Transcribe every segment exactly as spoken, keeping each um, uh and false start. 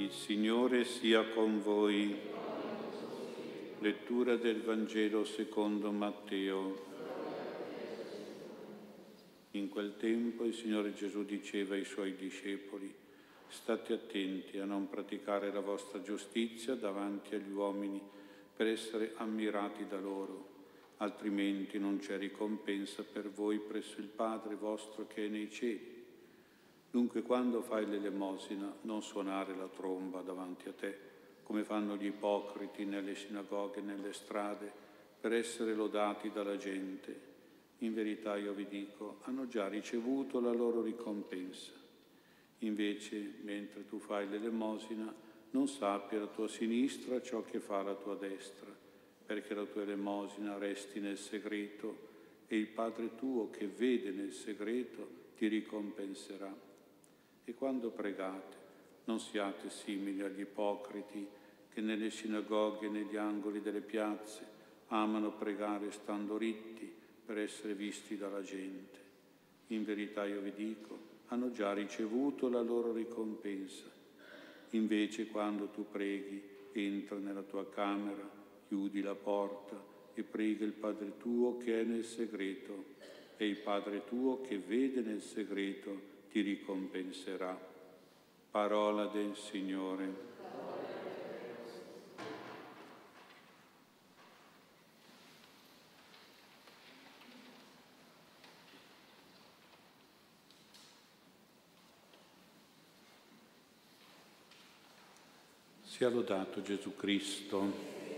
Il Signore sia con voi. Lettura del Vangelo secondo Matteo. In quel tempo il Signore Gesù diceva ai Suoi discepoli: state attenti a non praticare la vostra giustizia davanti agli uomini per essere ammirati da loro, altrimenti non c'è ricompensa per voi presso il Padre vostro che è nei cieli. Dunque, quando fai l'elemosina, non suonare la tromba davanti a te, come fanno gli ipocriti nelle sinagoghe e nelle strade, per essere lodati dalla gente. In verità io vi dico, hanno già ricevuto la loro ricompensa. Invece, mentre tu fai l'elemosina, non sappi alla tua sinistra ciò che fa la tua destra, perché la tua elemosina resti nel segreto e il Padre tuo che vede nel segreto ti ricompenserà. E quando pregate, non siate simili agli ipocriti che nelle sinagoghe e negli angoli delle piazze amano pregare stando ritti per essere visti dalla gente. In verità io vi dico, hanno già ricevuto la loro ricompensa. Invece quando tu preghi, entra nella tua camera, chiudi la porta e prega il Padre tuo che è nel segreto, e il Padre tuo che vede nel segreto ti ricompenserà. Parola del Signore. Sia lodato Gesù Cristo.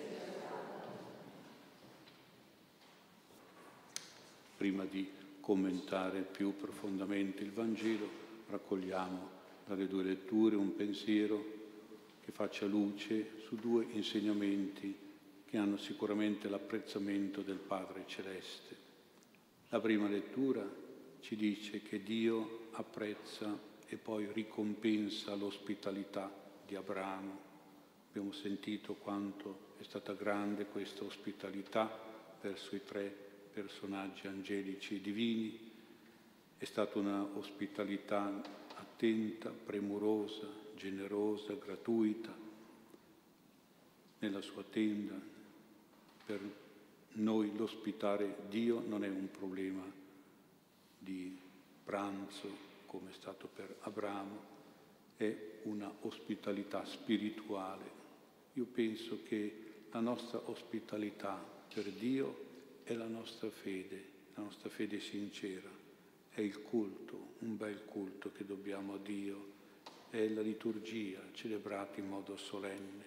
Prima di commentare più profondamente il Vangelo, raccogliamo dalle due letture un pensiero che faccia luce su due insegnamenti che hanno sicuramente l'apprezzamento del Padre Celeste. La prima lettura ci dice che Dio apprezza e poi ricompensa l'ospitalità di Abramo. Abbiamo sentito quanto è stata grande questa ospitalità verso i tre personaggi angelici e divini. È stata una ospitalità attenta, premurosa, generosa, gratuita. Nella sua tenda, per noi l'ospitare Dio non è un problema di pranzo come è stato per Abramo, è una ospitalità spirituale. Io penso che la nostra ospitalità per Dio è la nostra fede, la nostra fede sincera, è il culto, un bel culto che dobbiamo a Dio, è la liturgia celebrata in modo solenne,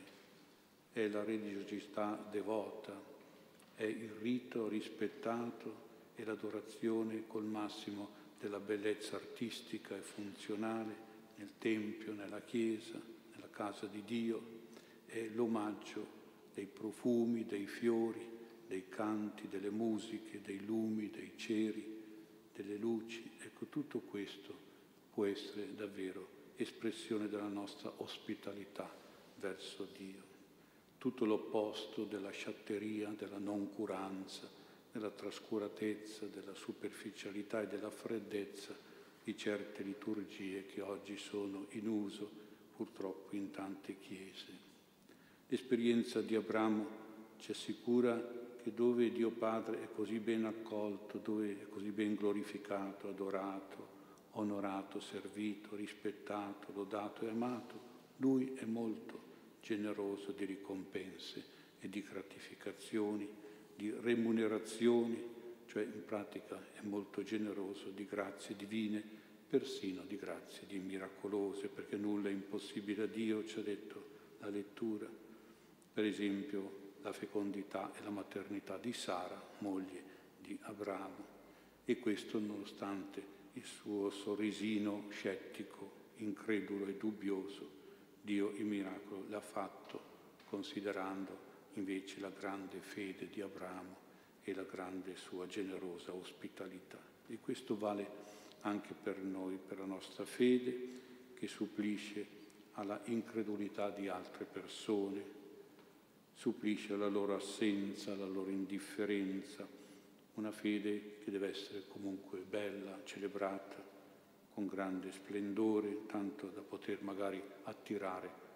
è la religiosità devota, è il rito rispettato e l'adorazione col massimo della bellezza artistica e funzionale nel Tempio, nella Chiesa, nella casa di Dio, è l'omaggio dei profumi, dei fiori, dei canti, delle musiche, dei lumi, dei ceri, delle luci. Ecco, tutto questo può essere davvero espressione della nostra ospitalità verso Dio. Tutto l'opposto della sciatteria, della noncuranza, della trascuratezza, della superficialità e della freddezza di certe liturgie che oggi sono in uso purtroppo in tante chiese. L'esperienza di Abramo ci assicura che dove Dio Padre è così ben accolto, dove è così ben glorificato, adorato, onorato, servito, rispettato, lodato e amato, Lui è molto generoso di ricompense e di gratificazioni, di remunerazioni, cioè in pratica è molto generoso di grazie divine, persino di grazie di miracolose, perché nulla è impossibile a Dio, ci ha detto la lettura. Per esempio, la fecondità e la maternità di Sara, moglie di Abramo, e questo nonostante il suo sorrisino scettico, incredulo e dubbioso. Dio il miracolo l'ha fatto, considerando invece la grande fede di Abramo e la grande sua generosa ospitalità. E questo vale anche per noi, per la nostra fede, che supplisce alla incredulità di altre persone, supplisce alla loro assenza, alla loro indifferenza, una fede che deve essere comunque bella, celebrata, con grande splendore, tanto da poter magari attirare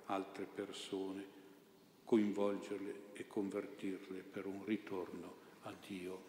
altre persone, coinvolgerle e convertirle per un ritorno a Dio.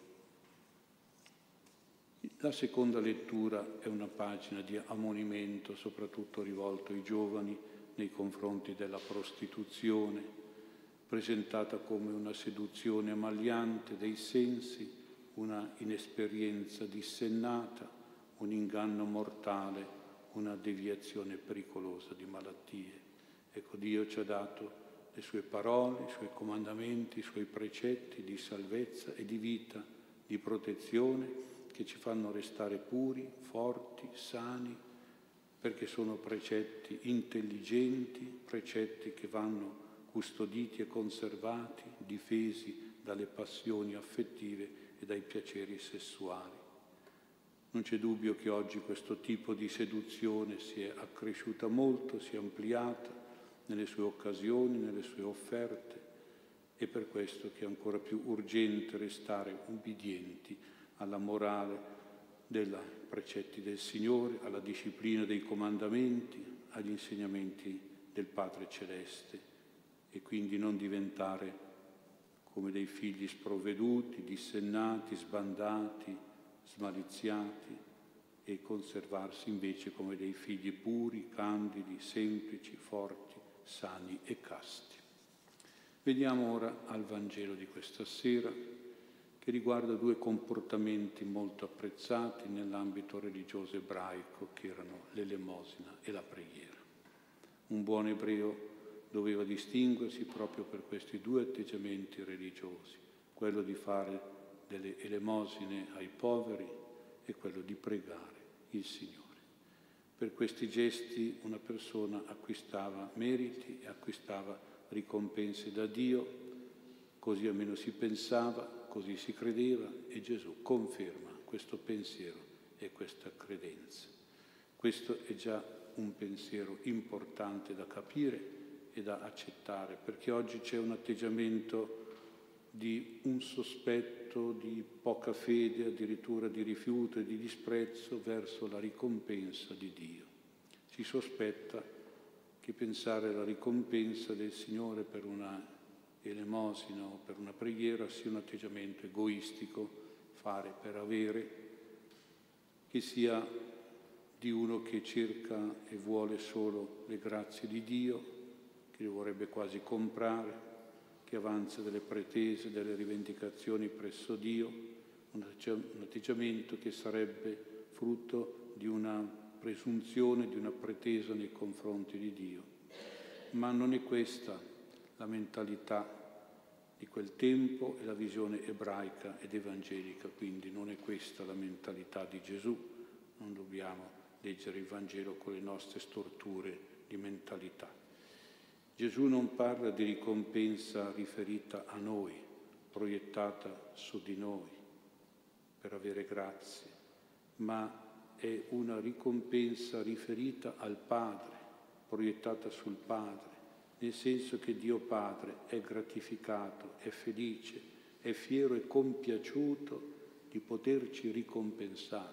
La seconda lettura è una pagina di ammonimento, soprattutto rivolto ai giovani nei confronti della prostituzione, presentata come una seduzione ammagliante dei sensi, una inesperienza dissennata, un inganno mortale, una deviazione pericolosa di malattie. Ecco, Dio ci ha dato le sue parole, i suoi comandamenti, i suoi precetti di salvezza e di vita, di protezione, che ci fanno restare puri, forti, sani, perché sono precetti intelligenti, precetti che vanno custoditi e conservati, difesi dalle passioni affettive e dai piaceri sessuali. Non c'è dubbio che oggi questo tipo di seduzione si è accresciuta molto, si è ampliata nelle sue occasioni, nelle sue offerte, e per questo che è ancora più urgente restare ubbidienti alla morale dei precetti del Signore, alla disciplina dei comandamenti, agli insegnamenti del Padre Celeste, e quindi non diventare come dei figli sprovveduti, dissennati, sbandati, smaliziati, e conservarsi invece come dei figli puri, candidi, semplici, forti, sani e casti. Vediamo ora al Vangelo di questa sera, che riguarda due comportamenti molto apprezzati nell'ambito religioso ebraico, che erano l'elemosina e la preghiera. Un buon ebreo doveva distinguersi proprio per questi due atteggiamenti religiosi, quello di fare delle elemosine ai poveri e quello di pregare il Signore. Per questi gesti una persona acquistava meriti e acquistava ricompense da Dio, così almeno si pensava, così si credeva, e Gesù conferma questo pensiero e questa credenza. Questo è già un pensiero importante da capire e da accettare, perché oggi c'è un atteggiamento di un sospetto, di poca fede, addirittura di rifiuto e di disprezzo verso la ricompensa di Dio. Si sospetta che pensare alla ricompensa del Signore per una elemosina o per una preghiera sia un atteggiamento egoistico, fare per avere, che sia di uno che cerca e vuole solo le grazie di Dio, che le vorrebbe quasi comprare, che avanza delle pretese, delle rivendicazioni presso Dio, un atteggiamento che sarebbe frutto di una presunzione, di una pretesa nei confronti di Dio. Ma non è questa la mentalità di quel tempo e la visione ebraica ed evangelica, quindi non è questa la mentalità di Gesù. Non dobbiamo leggere il Vangelo con le nostre storture di mentalità. Gesù non parla di ricompensa riferita a noi, proiettata su di noi per avere grazie, ma è una ricompensa riferita al Padre, proiettata sul Padre, nel senso che Dio Padre è gratificato, è felice, è fiero e compiaciuto di poterci ricompensare.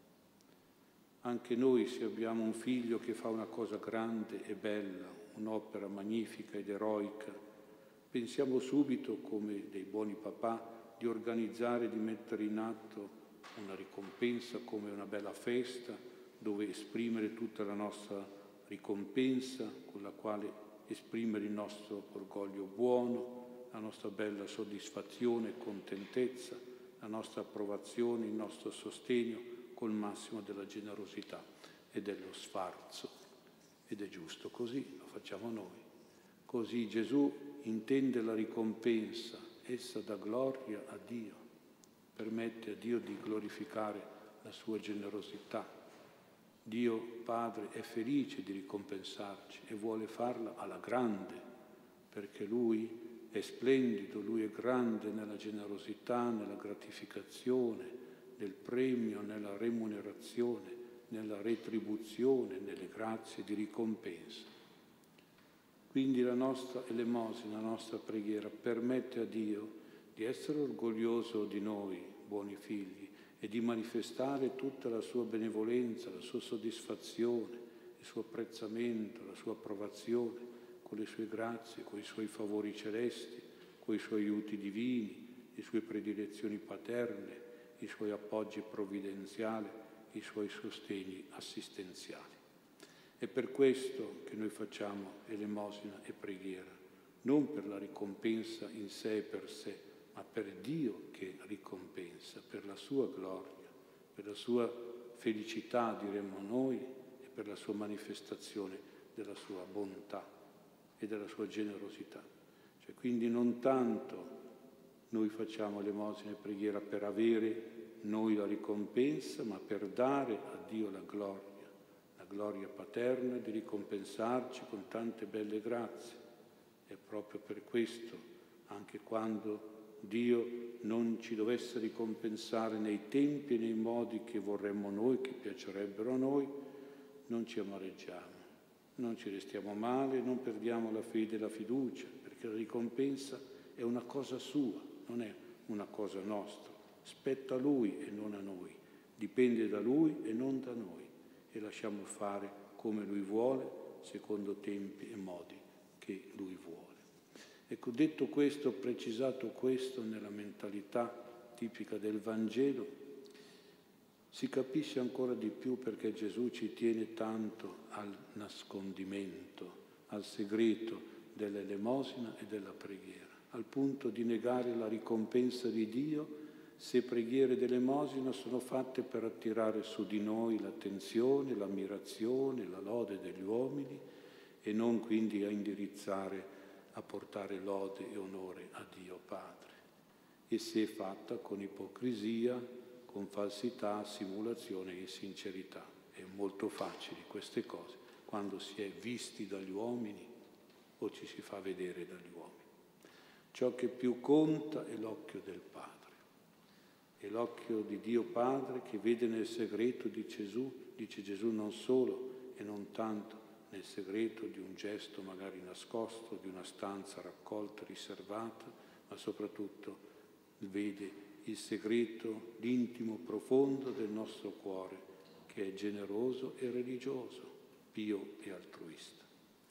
Anche noi, se abbiamo un figlio che fa una cosa grande e bella, un'opera magnifica ed eroica, pensiamo subito, come dei buoni papà, di organizzare, di mettere in atto una ricompensa come una bella festa, dove esprimere tutta la nostra ricompensa, con la quale esprimere il nostro orgoglio buono, la nostra bella soddisfazione e contentezza, la nostra approvazione, il nostro sostegno, col massimo della generosità e dello sfarzo. Ed è giusto così, lo facciamo noi. Così Gesù intende la ricompensa, essa dà gloria a Dio, permette a Dio di glorificare la sua generosità. Dio Padre è felice di ricompensarci e vuole farla alla grande, perché Lui è splendido, Lui è grande nella generosità, nella gratificazione, nel premio, nella remunerazione, nella retribuzione, nelle grazie di ricompensa. Quindi la nostra elemosina, la nostra preghiera permette a Dio di essere orgoglioso di noi, buoni figli, e di manifestare tutta la sua benevolenza, la sua soddisfazione, il suo apprezzamento, la sua approvazione, con le sue grazie, con i suoi favori celesti, con i suoi aiuti divini, le sue predilezioni paterne, i suoi appoggi provvidenziali, i suoi sostegni assistenziali. È per questo che noi facciamo elemosina e preghiera, non per la ricompensa in sé e per sé, ma per Dio che ricompensa, per la sua gloria, per la sua felicità, diremmo noi, e per la sua manifestazione della sua bontà e della sua generosità. Cioè, quindi non tanto noi facciamo elemosina e preghiera per avere noi la ricompensa, ma per dare a Dio la gloria, la gloria paterna di ricompensarci con tante belle grazie. E proprio per questo, anche quando Dio non ci dovesse ricompensare nei tempi e nei modi che vorremmo noi, che piacerebbero a noi, non ci amareggiamo, non ci restiamo male, non perdiamo la fede e la fiducia, perché la ricompensa è una cosa sua, non è una cosa nostra, spetta a Lui e non a noi, dipende da Lui e non da noi, e lasciamo fare come Lui vuole, secondo tempi e modi che Lui vuole. Ecco, detto questo, precisato questo nella mentalità tipica del Vangelo, si capisce ancora di più perché Gesù ci tiene tanto al nascondimento, al segreto dell'elemosina e della preghiera, al punto di negare la ricompensa di Dio se preghiere dell'elemosina sono fatte per attirare su di noi l'attenzione, l'ammirazione, la lode degli uomini e non quindi a indirizzare, a portare lode e onore a Dio Padre. E se è fatta con ipocrisia, con falsità, simulazione e insincerità. È molto facile queste cose quando si è visti dagli uomini o ci si fa vedere dagli uomini. Ciò che più conta è l'occhio del Padre. È l'occhio di Dio Padre che vede nel segreto di Gesù, dice Gesù, non solo e non tanto nel segreto di un gesto magari nascosto, di una stanza raccolta, riservata, ma soprattutto vede il segreto, l'intimo profondo del nostro cuore, che è generoso e religioso, pio e altruista.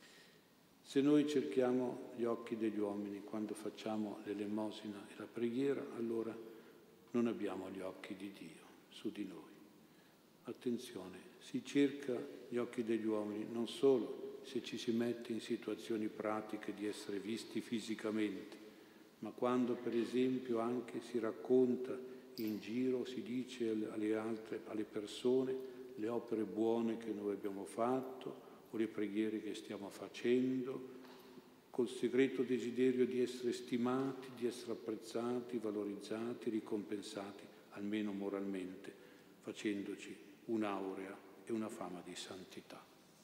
Se noi cerchiamo gli occhi degli uomini quando facciamo l'elemosina e la preghiera, allora non abbiamo gli occhi di Dio su di noi. Attenzione, si cerca gli occhi degli uomini non solo se ci si mette in situazioni pratiche di essere visti fisicamente, ma quando per esempio anche si racconta in giro, si dice alle altre, alle persone, le opere buone che noi abbiamo fatto o le preghiere che stiamo facendo, col segreto desiderio di essere stimati, di essere apprezzati, valorizzati, ricompensati, almeno moralmente, facendoci un'aurea e una fama di santità.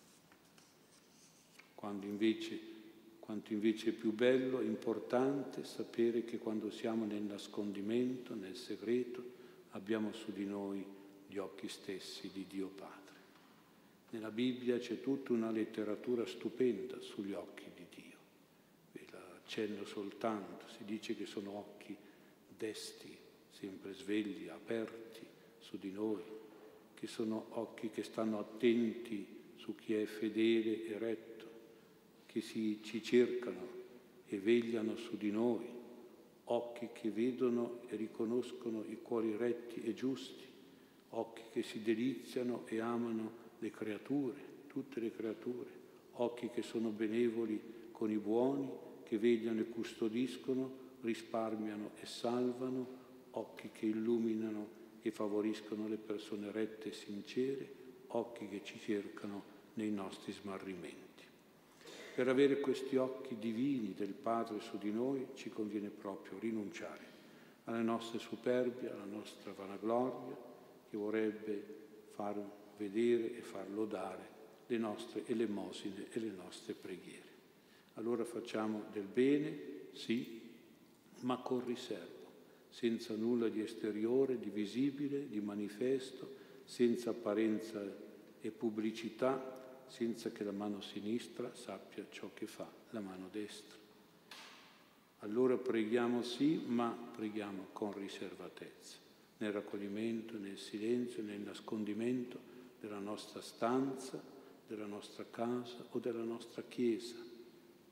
Quando invece Quanto invece è più bello e importante sapere che quando siamo nel nascondimento, nel segreto, abbiamo su di noi gli occhi stessi di Dio Padre. Nella Bibbia c'è tutta una letteratura stupenda sugli occhi di Dio. Ve la accenno soltanto, si dice che sono occhi desti, sempre svegli, aperti su di noi, che sono occhi che stanno attenti su chi è fedele e retto, che si, ci cercano e vegliano su di noi, occhi che vedono e riconoscono i cuori retti e giusti, occhi che si deliziano e amano le creature, tutte le creature, occhi che sono benevoli con i buoni, che vegliano e custodiscono, risparmiano e salvano, occhi che illuminano e favoriscono le persone rette e sincere, occhi che ci cercano nei nostri smarrimenti. Per avere questi occhi divini del Padre su di noi ci conviene proprio rinunciare alle nostre superbie, alla nostra vanagloria che vorrebbe far vedere e far lodare le nostre elemosine e le nostre preghiere. Allora facciamo del bene, sì, ma con riservo, senza nulla di esteriore, di visibile, di manifesto, senza apparenza e pubblicità, senza che la mano sinistra sappia ciò che fa la mano destra. Allora preghiamo sì, ma preghiamo con riservatezza, nel raccoglimento, nel silenzio, nel nascondimento della nostra stanza, della nostra casa o della nostra chiesa,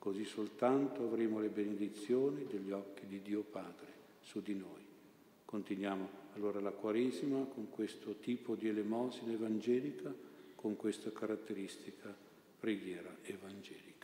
Così soltanto avremo le benedizioni degli occhi di Dio Padre su di noi. Continuiamo allora la Quaresima con questo tipo di elemosina evangelica, con questa caratteristica preghiera evangelica.